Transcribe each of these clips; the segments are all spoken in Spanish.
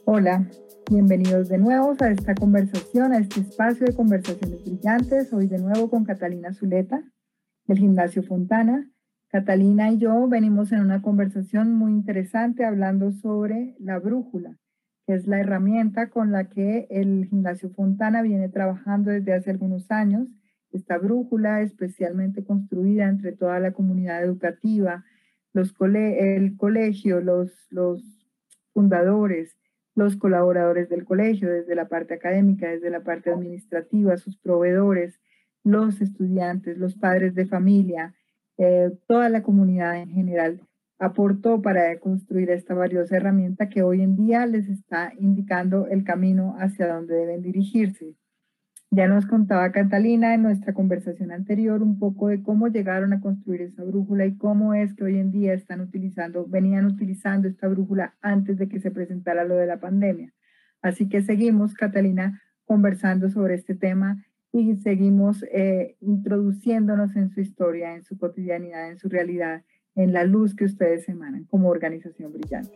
Hola, bienvenidos de nuevo a esta conversación, a este espacio de conversaciones brillantes. Hoy de nuevo con Catalina Zuleta, del Gimnasio Fontana. Catalina y yo venimos en una conversación muy interesante hablando sobre la brújula, que es la herramienta con la que el Gimnasio Fontana viene trabajando desde hace algunos años. Esta brújula especialmente construida entre toda la comunidad educativa, el colegio, los fundadores, los colaboradores del colegio, desde la parte académica, desde la parte administrativa, sus proveedores, los estudiantes, los padres de familia, toda la comunidad en general aportó para construir esta valiosa herramienta que hoy en día les está indicando el camino hacia donde deben dirigirse. Ya nos contaba Catalina en nuestra conversación anterior un poco de cómo llegaron a construir esa brújula y cómo es que hoy en día venían utilizando esta brújula antes de que se presentara lo de la pandemia. Así que seguimos, Catalina, conversando sobre este tema y seguimos introduciéndonos en su historia, en su cotidianidad, en su realidad, en la luz que ustedes emanan como organización brillante.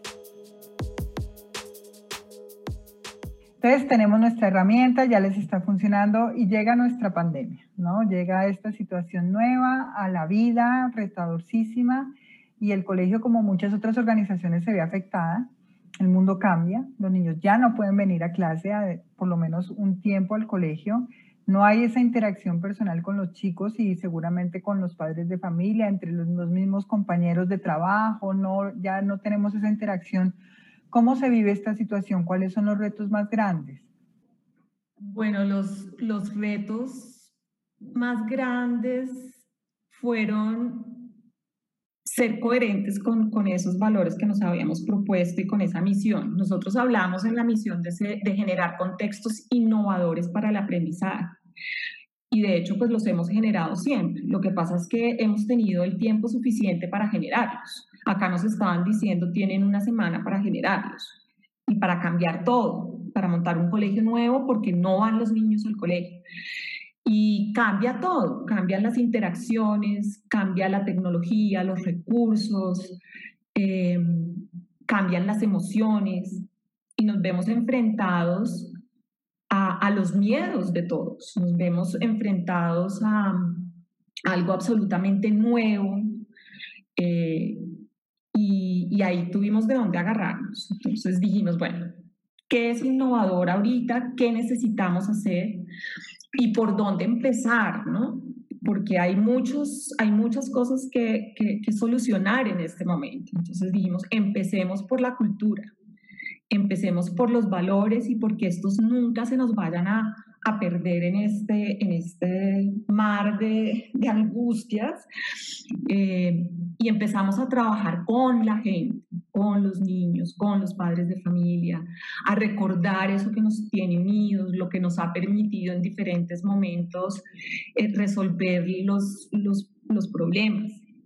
Entonces tenemos nuestra herramienta, ya les está funcionando y llega nuestra pandemia, ¿no? Llega esta situación nueva a la vida, retadorcísima, y el colegio, como muchas otras organizaciones, se ve afectada. El mundo cambia, los niños ya no pueden venir a clase, por lo menos un tiempo al colegio. No hay esa interacción personal con los chicos y seguramente con los padres de familia, entre los mismos compañeros de trabajo, ya no tenemos esa interacción. ¿Cómo se vive esta situación? ¿Cuáles son los retos más grandes? Bueno, los retos más grandes fueron ser coherentes con esos valores que nos habíamos propuesto y con esa misión. Nosotros hablamos en la misión de generar contextos innovadores para el aprendizaje. Y de hecho, pues los hemos generado siempre. Lo que pasa es que hemos tenido el tiempo suficiente para generarlos. Acá nos estaban diciendo, tienen una semana para generarlos y para cambiar todo, para montar un colegio nuevo porque no van los niños al colegio. Y cambia todo, cambian las interacciones, cambia la tecnología, los recursos, cambian las emociones y nos vemos enfrentados a los miedos de todos, nos vemos enfrentados a algo absolutamente nuevo y ahí tuvimos de dónde agarrarnos. Entonces dijimos, bueno, ¿qué es innovador ahorita? ¿Qué necesitamos hacer? ¿Y por dónde empezar? ¿No? Porque hay muchas cosas que solucionar en este momento. Entonces dijimos, empecemos por la cultura. Empecemos por los valores y porque estos nunca se nos vayan a perder en este mar de angustias. Y empezamos a trabajar con la gente, con los niños, con los padres de familia, a recordar eso que nos tiene unidos, lo que nos ha permitido en diferentes momentos resolver los problemas.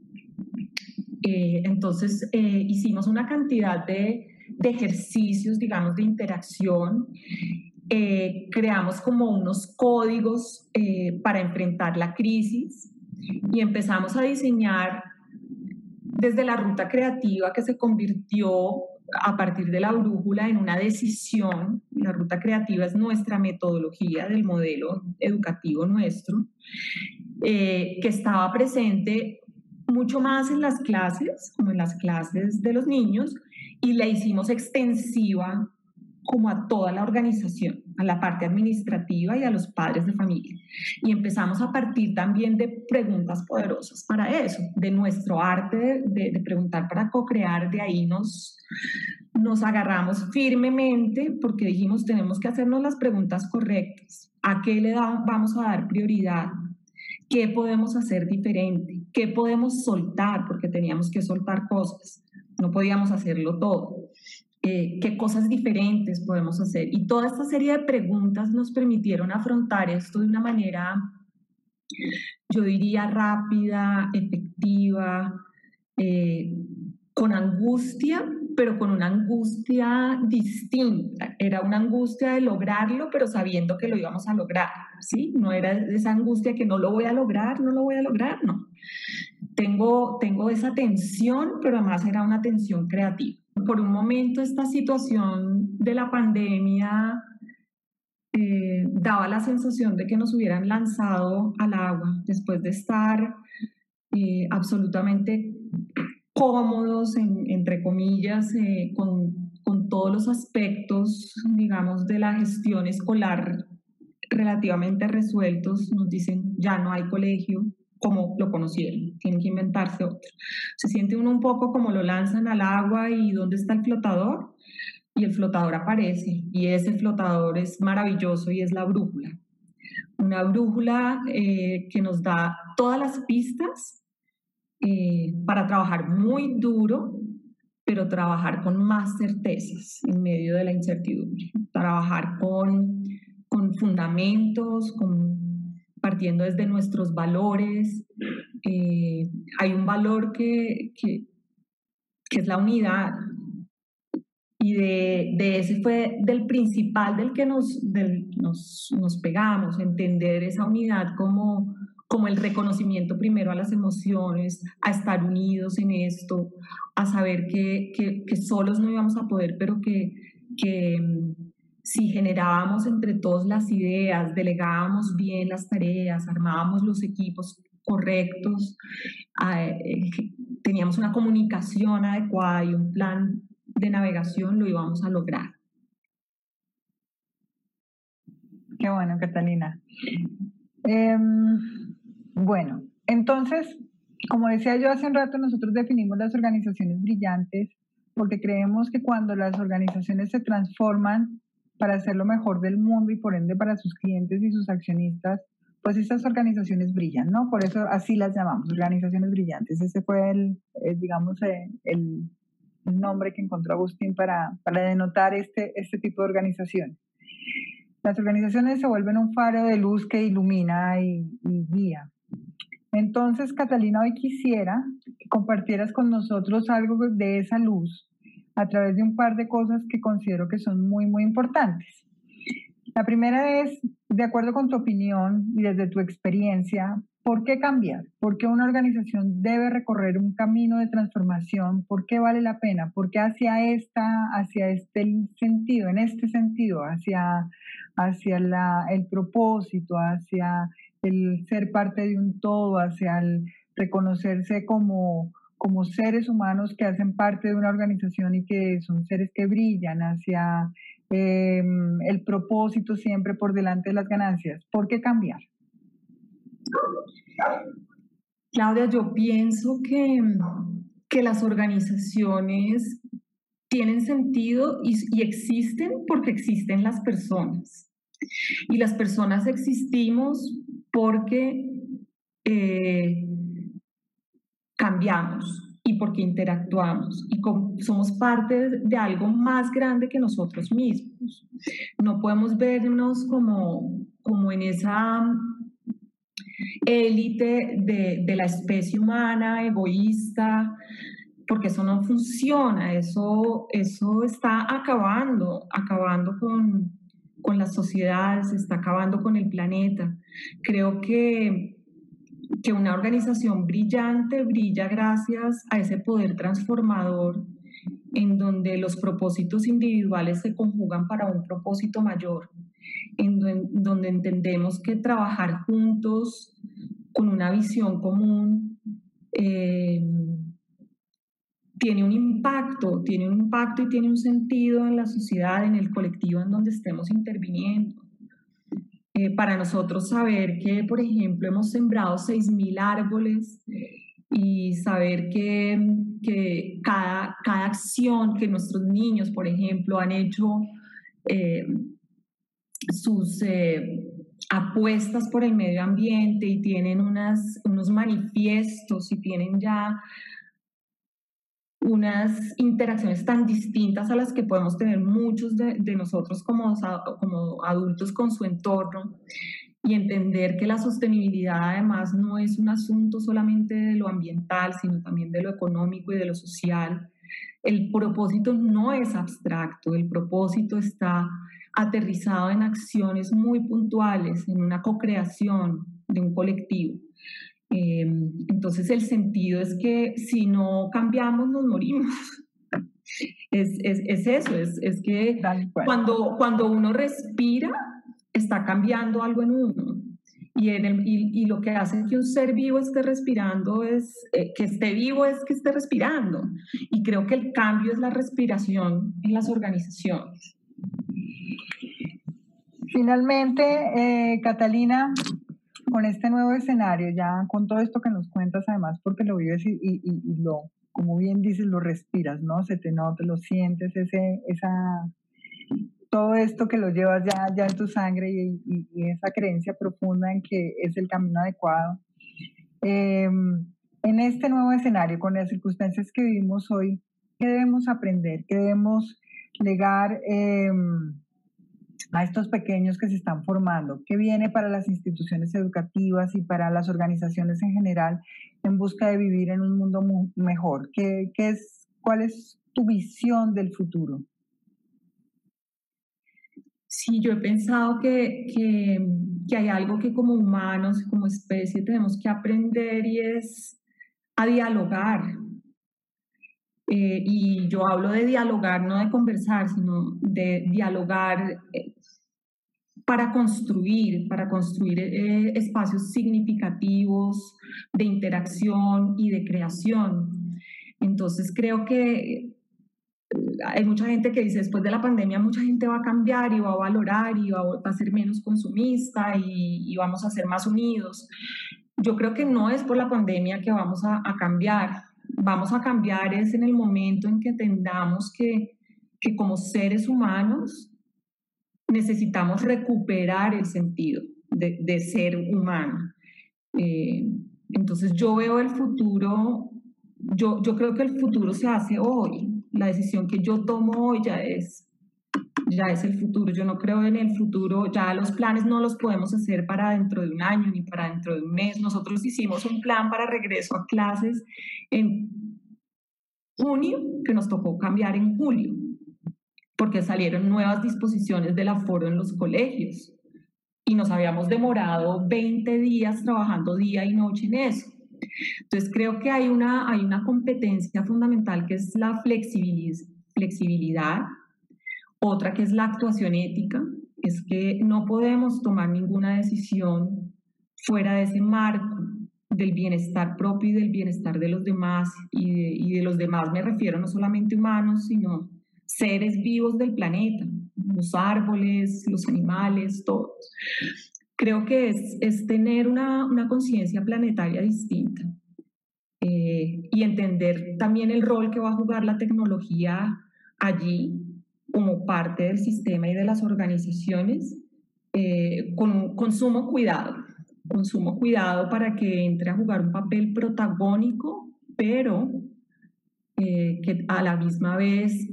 Entonces hicimos una cantidad de ejercicios, digamos, de interacción. Creamos como unos códigos para enfrentar la crisis y empezamos a diseñar desde la ruta creativa que se convirtió a partir de la brújula en una decisión. La ruta creativa es nuestra metodología del modelo educativo nuestro, que estaba presente mucho más en las clases, como en las clases de los niños, y la hicimos extensiva como a toda la organización, a la parte administrativa y a los padres de familia. Y empezamos a partir también de preguntas poderosas para eso, de nuestro arte de preguntar para co-crear. De ahí nos agarramos firmemente porque dijimos, tenemos que hacernos las preguntas correctas. ¿A qué vamos a dar prioridad? ¿Qué podemos hacer diferente? ¿Qué podemos soltar? Porque teníamos que soltar cosas, no podíamos hacerlo todo. ¿Qué cosas diferentes podemos hacer? Y toda esta serie de preguntas nos permitieron afrontar esto de una manera, yo diría, rápida, efectiva, con angustia, pero con una angustia distinta. Era una angustia de lograrlo, pero sabiendo que lo íbamos a lograr, ¿sí? No era esa angustia que no lo voy a lograr, no. Tengo esa tensión, pero además era una tensión creativa. por un momento esta situación de la pandemia daba la sensación de que nos hubieran lanzado al agua después de estar absolutamente cómodos, entre comillas, con todos los aspectos, digamos, de la gestión escolar relativamente resueltos. Nos dicen, ya no hay colegio como lo conocieron, tienen que inventarse otro. Se siente uno un poco como lo lanzan al agua y ¿dónde está el flotador? Y el flotador aparece, y ese flotador es maravilloso y es la brújula. Una brújula que nos da todas las pistas para trabajar muy duro, pero trabajar con más certezas en medio de la incertidumbre. Trabajar con fundamentos, partiendo desde nuestros valores. Hay un valor que es la unidad. Y de ese fue del principal del que nos pegamos, entender esa unidad como el reconocimiento primero a las emociones, a estar unidos en esto, a saber que solos no íbamos a poder, pero que si generábamos entre todos las ideas, delegábamos bien las tareas, armábamos los equipos correctos, teníamos una comunicación adecuada y un plan de navegación, lo íbamos a lograr. Qué bueno, Catalina. Bueno, entonces, como decía yo hace un rato, nosotros definimos las organizaciones brillantes porque creemos que cuando las organizaciones se transforman para hacer lo mejor del mundo y por ende para sus clientes y sus accionistas, pues estas organizaciones brillan, ¿no? Por eso así las llamamos, organizaciones brillantes. Ese fue el nombre que encontró Agustín para denotar este tipo de organizaciones. Las organizaciones se vuelven un faro de luz que ilumina y guía. Entonces, Catalina, hoy quisiera que compartieras con nosotros algo de esa luz a través de un par de cosas que considero que son muy, muy importantes. La primera es, de acuerdo con tu opinión y desde tu experiencia, ¿por qué cambiar? ¿Por qué una organización debe recorrer un camino de transformación? ¿Por qué vale la pena? ¿Por qué hacia este sentido, en este sentido, hacia el propósito, hacia el ser parte de un todo, hacia el reconocerse como seres humanos que hacen parte de una organización y que son seres que brillan, hacia el propósito siempre por delante de las ganancias? ¿Por qué cambiar? Claudia, yo pienso que las organizaciones tienen sentido y existen porque existen las personas. Y las personas existimos porque cambiamos y porque interactuamos y somos parte de algo más grande que nosotros mismos. No podemos vernos como en esa élite de la especie humana, egoísta, porque eso no funciona, eso está acabando con las sociedades, está acabando con el planeta. Creo que una organización brillante brilla gracias a ese poder transformador en donde los propósitos individuales se conjugan para un propósito mayor, en donde entendemos que trabajar juntos con una visión común tiene un impacto y tiene un sentido en la sociedad, en el colectivo en donde estemos interviniendo. Para nosotros saber que, por ejemplo, hemos sembrado 6.000 árboles y saber que cada acción que nuestros niños, por ejemplo, han hecho sus apuestas por el medio ambiente y tienen unos manifiestos y tienen ya unas interacciones tan distintas a las que podemos tener muchos de nosotros como adultos con su entorno, y entender que la sostenibilidad además no es un asunto solamente de lo ambiental, sino también de lo económico y de lo social. El propósito no es abstracto, el propósito está aterrizado en acciones muy puntuales, en una co-creación de un colectivo. Entonces el sentido es que si no cambiamos nos morimos. Es eso, es que cuando uno respira, está cambiando algo en uno. Y lo que hace que un ser vivo esté respirando que esté vivo es que esté respirando. Y creo que el cambio es la respiración en las organizaciones. Finalmente, Catalina, con este nuevo escenario, ya con todo esto que nos cuentas, además porque lo vives y lo, como bien dices, lo respiras, ¿no? Se te nota, lo sientes, todo esto que lo llevas ya en tu sangre y esa creencia profunda en que es el camino adecuado. En este nuevo escenario, con las circunstancias que vivimos hoy, ¿qué debemos aprender? ¿Qué debemos legar a estos pequeños que se están formando? ¿Qué viene para las instituciones educativas y para las organizaciones en general en busca de vivir en un mundo mejor? ¿Cuál es tu visión del futuro? Sí, yo he pensado que hay algo que como humanos, como especie, tenemos que aprender y es a dialogar. Y yo hablo de dialogar, no de conversar, sino de dialogar para construir espacios significativos de interacción y de creación. Entonces creo que hay mucha gente que dice después de la pandemia mucha gente va a cambiar y va a valorar y va a ser menos consumista y vamos a ser más unidos. Yo creo que no es por la pandemia que vamos a cambiar. Vamos a cambiar es en el momento en que entendamos que como seres humanos necesitamos recuperar el sentido de ser humano. Entonces yo veo el futuro, yo creo que el futuro se hace hoy. La decisión que yo tomo hoy ya es el futuro. Yo no creo en el futuro, ya los planes no los podemos hacer para dentro de un año ni para dentro de un mes. Nosotros hicimos un plan para regreso a clases en junio que nos tocó cambiar en julio, porque salieron nuevas disposiciones del aforo en los colegios y nos habíamos demorado 20 días trabajando día y noche en eso. Entonces creo que hay una competencia fundamental que es la flexibilidad, otra que es la actuación ética, es que no podemos tomar ninguna decisión fuera de ese marco del bienestar propio y del bienestar de los demás, y de los demás me refiero no solamente humanos, sino seres vivos del planeta, los árboles, los animales, todos. Creo que es tener una conciencia planetaria distinta y entender también el rol que va a jugar la tecnología allí como parte del sistema y de las organizaciones, con sumo cuidado para que entre a jugar un papel protagónico, pero que a la misma vez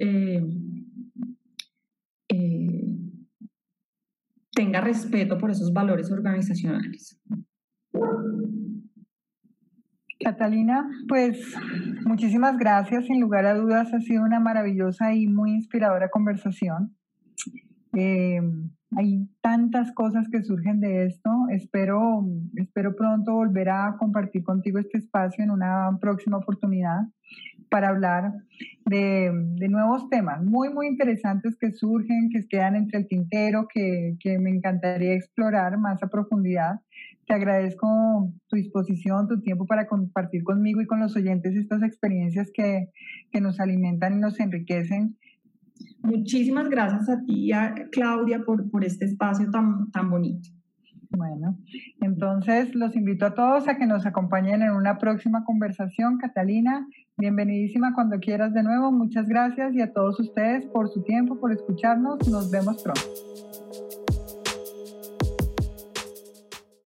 tenga respeto por esos valores organizacionales. Catalina, pues muchísimas gracias. Sin lugar a dudas ha sido una maravillosa y muy inspiradora conversación. Hay tantas cosas que surgen de esto. Espero pronto volver a compartir contigo este espacio en una próxima oportunidad para hablar de nuevos temas muy, muy interesantes que surgen, que quedan entre el tintero, que me encantaría explorar más a profundidad. Te agradezco tu disposición, tu tiempo para compartir conmigo y con los oyentes estas experiencias que nos alimentan y nos enriquecen. Muchísimas gracias a ti, Claudia, por este espacio tan bonito. Bueno, entonces los invito a todos a que nos acompañen en una próxima conversación. Catalina, bienvenidísima cuando quieras de nuevo. Muchas gracias y a todos ustedes por su tiempo, por escucharnos. Nos vemos pronto.